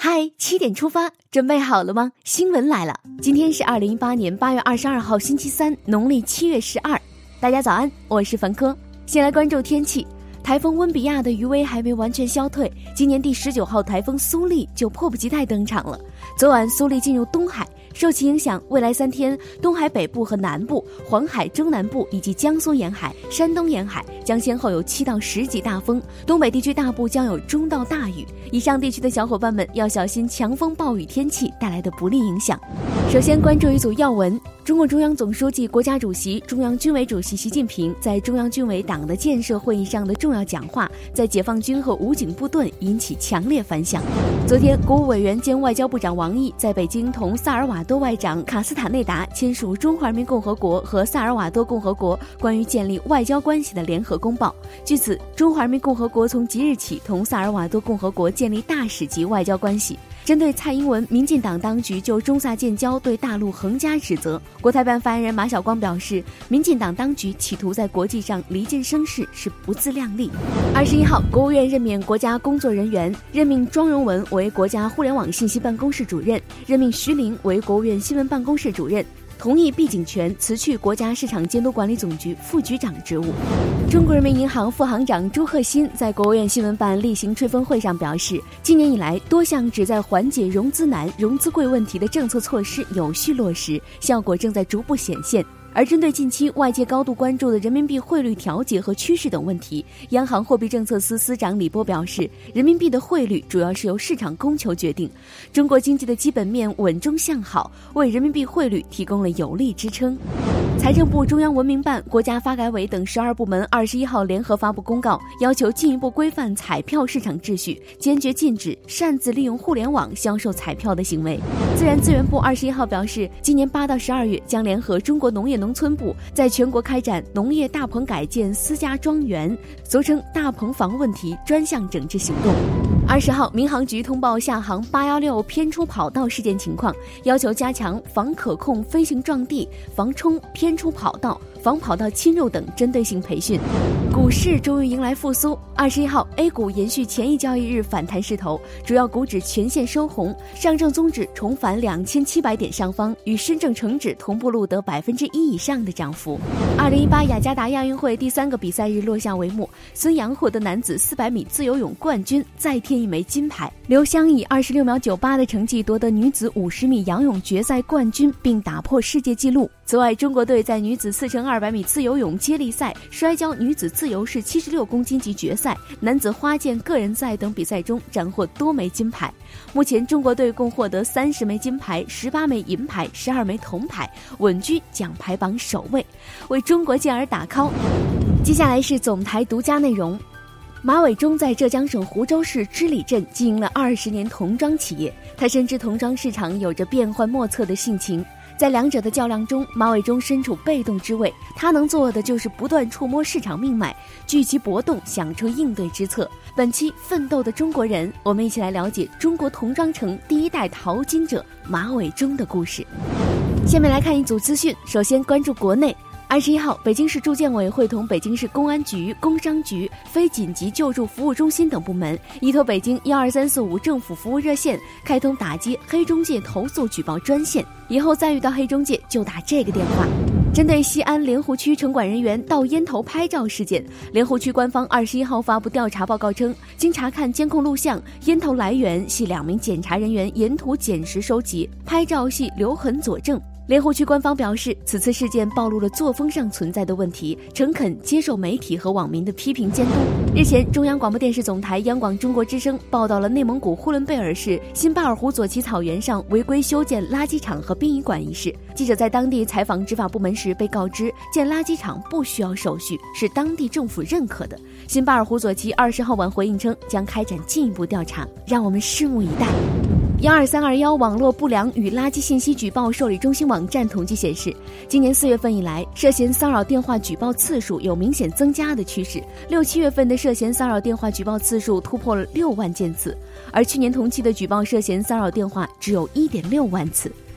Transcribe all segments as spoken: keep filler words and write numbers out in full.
嗨，七点出发，准备好了吗？新闻来了，今天是二零一八年八月二十二号星期三，农历七月十二。大家早安，我是凡科。先来关注天气。台风温比亚的余威还没完全消退，今年第十九号台风苏力就迫不及待登场了。昨晚苏力进入东海，受其影响，未来三天东海北部和南部、黄海中南部以及江苏沿海、山东沿海将先后有七到十级大风，东北地区大部将有中到大雨。以上地区的小伙伴们要小心强风暴雨天气带来的不利影响。首先关注一组要闻。中共中央总书记、国家主席、中央军委主席习近平在中央军委党的建设会议上的重要讲话，在解放军和武警部队引起强烈反响。昨天，国务委员兼外交部长王毅在北京同萨尔瓦多外长卡斯塔内达签署《中华人民共和国和萨尔瓦多共和国关于建立外交关系的联合公报》。据此，中华人民共和国从即日起同萨尔瓦多共和国建立大使级外交关系。针对蔡英文民进党当局就中萨建交对大陆横加指责，国台办发言人马晓光表示，民进党当局企图在国际上离间声势是不自量力。二十一号，国务院任免国家工作人员，任命庄荣文为国家互联网信息办公室主任，任命徐凌为国务院新闻办公室主任，同意毕景全辞去国家市场监督管理总局副局长职务。中国人民银行副行长朱鹤新在国务院新闻办例行吹风会上表示，今年以来多项旨在缓解融资难、融资贵问题的政策措施有序落实，效果正在逐步显现。而针对近期外界高度关注的人民币汇率调节和趋势等问题，央行货币政策司司长李波表示，人民币的汇率主要是由市场供求决定，中国经济的基本面稳中向好，为人民币汇率提供了有力支撑。财政部、中央文明办、国家发改委等十二部门二十一号联合发布公告，要求进一步规范彩票市场秩序，坚决禁止擅自利用互联网销售彩票的行为。自然资源部二十一号表示，今年八到十二月将联合中国农业农村部在全国开展农业大棚改建私家庄园，俗称大棚房问题专项整治行动。二十号，民航局通报厦航八一六偏出跑道事件情况，要求加强防可控飞行撞地、防冲偏出跑道、防跑道侵入等针对性培训。股市终于迎来复苏。二十一号 ，A 股延续前一交易日反弹势头，主要股指全线收红，上证综指重返两千七百点上方，与深证成指同步录得百分之一以上的涨幅。二零一八雅加达亚运会第三个比赛日落下帷幕，孙杨获得男子四百米自由泳冠军，再添一枚金牌。刘湘以二十六秒九八的成绩夺得女子五十米仰泳决赛冠军，并打破世界纪录。此外，中国队在女子四乘二百米自由泳接力赛、摔跤女子自由式七十六公斤级决赛、男子花剑个人赛等比赛中斩获多枚金牌。目前，中国队共获得三十枚金牌、十八枚银牌、十二枚铜牌，稳居奖牌榜首位，为中国健儿打 call。接下来是总台独家内容。马伟忠在浙江省湖州市织里镇经营了二十年童装企业，他深知童装市场有着变幻莫测的性情，在两者的较量中，马伟忠身处被动之位，他能做的就是不断触摸市场命脉，聚其波动，想出应对之策。本期奋斗的中国人，我们一起来了解中国童装城第一代淘金者马伟忠的故事。下面来看一组资讯，首先关注国内。二十一号，北京市住建委会同北京市公安局、工商局、非紧急救助服务中心等部门，依托北京一二三四五政府服务热线，开通打击黑中介投诉举报专线。以后再遇到黑中介，就打这个电话。针对西安莲湖区城管人员盗烟头拍照事件，莲湖区官方二十一号发布调查报告称，经查看监控录像，烟头来源系两名检查人员沿途捡拾收集，拍照系留痕佐证。莲湖区官方表示，此次事件暴露了作风上存在的问题，诚恳接受媒体和网民的批评监督。日前，中央广播电视总台央广中国之声报道了内蒙古呼伦贝尔市新巴尔虎左旗草原上违规修建垃圾场和殡仪馆一事。记者在当地采访执法部门时被告知，建垃圾场不需要手续，是当地政府认可的。新巴尔虎左旗二十号晚回应称，将开展进一步调查，让我们拭目以待。幺二三二幺网络不良与垃圾信息举报受理中心网站统计显示，今年四月份以来，涉嫌骚扰电话举报次数有明显增加的趋势。六七月份的涉嫌骚扰电话举报次数突破了六万件次，而去年同期的举报涉嫌骚扰电话只有一点六万次。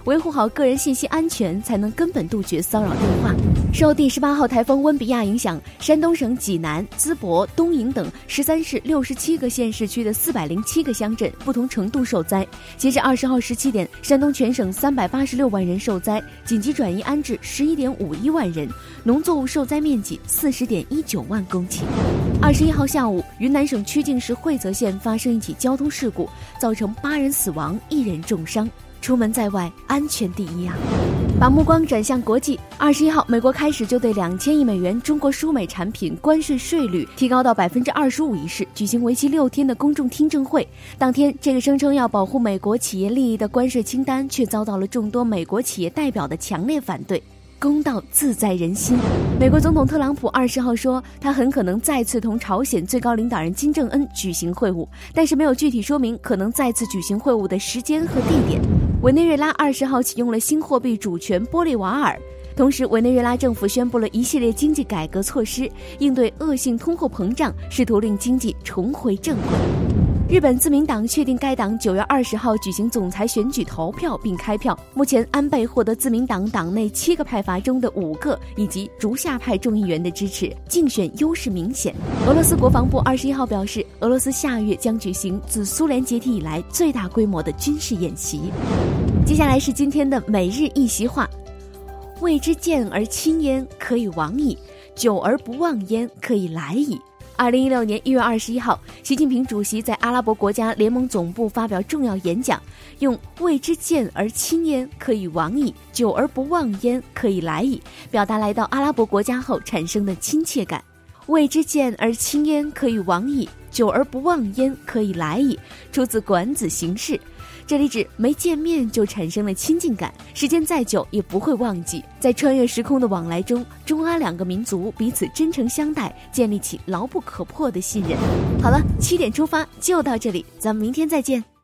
维护好个人信息安全，才能根本杜绝骚扰电话。受第十八号台风温比亚影响，山东省济南、淄博、东营等十三市六十七个县市区的四百零七个乡镇不同程度受灾。截至二十号十七点，山东全省三百八十六万人受灾，紧急转移安置十一点五一万人，农作物受灾面积四十点一九万公顷。二十一号下午，云南省曲靖市惠泽县发生一起交通事故，造成八人死亡，一人重伤。出门在外，安全第一啊！把目光转向国际，二十一号，美国开始就对两千亿美元中国输美产品关税税率提高到百分之二十五一事举行为期六天的公众听证会。当天，这个声称要保护美国企业利益的关税清单，却遭到了众多美国企业代表的强烈反对。公道自在人心。美国总统特朗普二十号说，他很可能再次同朝鲜最高领导人金正恩举行会晤，但是没有具体说明可能再次举行会晤的时间和地点。委内瑞拉二十号启用了新货币主权玻利瓦尔，同时委内瑞拉政府宣布了一系列经济改革措施，应对恶性通货膨胀，试图令经济重回正轨。日本自民党确定该党九月二十号举行总裁选举投票并开票。目前安倍获得自民党党内七个派阀中的五个以及竹下派众议员的支持，竞选优势明显。俄罗斯国防部二十一号表示，俄罗斯下月将举行自苏联解体以来最大规模的军事演习。接下来是今天的每日一席话：未知见而亲焉，可以往矣；久而不忘焉，可以来矣。二零一六年一月二十一号，习近平主席在阿拉伯国家联盟总部发表重要演讲，用未知见而亲焉，可以往矣；久而不忘焉，可以来矣，表达来到阿拉伯国家后产生的亲切感。未知见而亲焉，可以往矣；久而不忘焉，可以来矣，出自《管子·行事》。这里指没见面就产生了亲近感，时间再久也不会忘记。在穿越时空的往来中，中阿两个民族彼此真诚相待，建立起牢不可破的信任。好了，七点出发就到这里，咱们明天再见。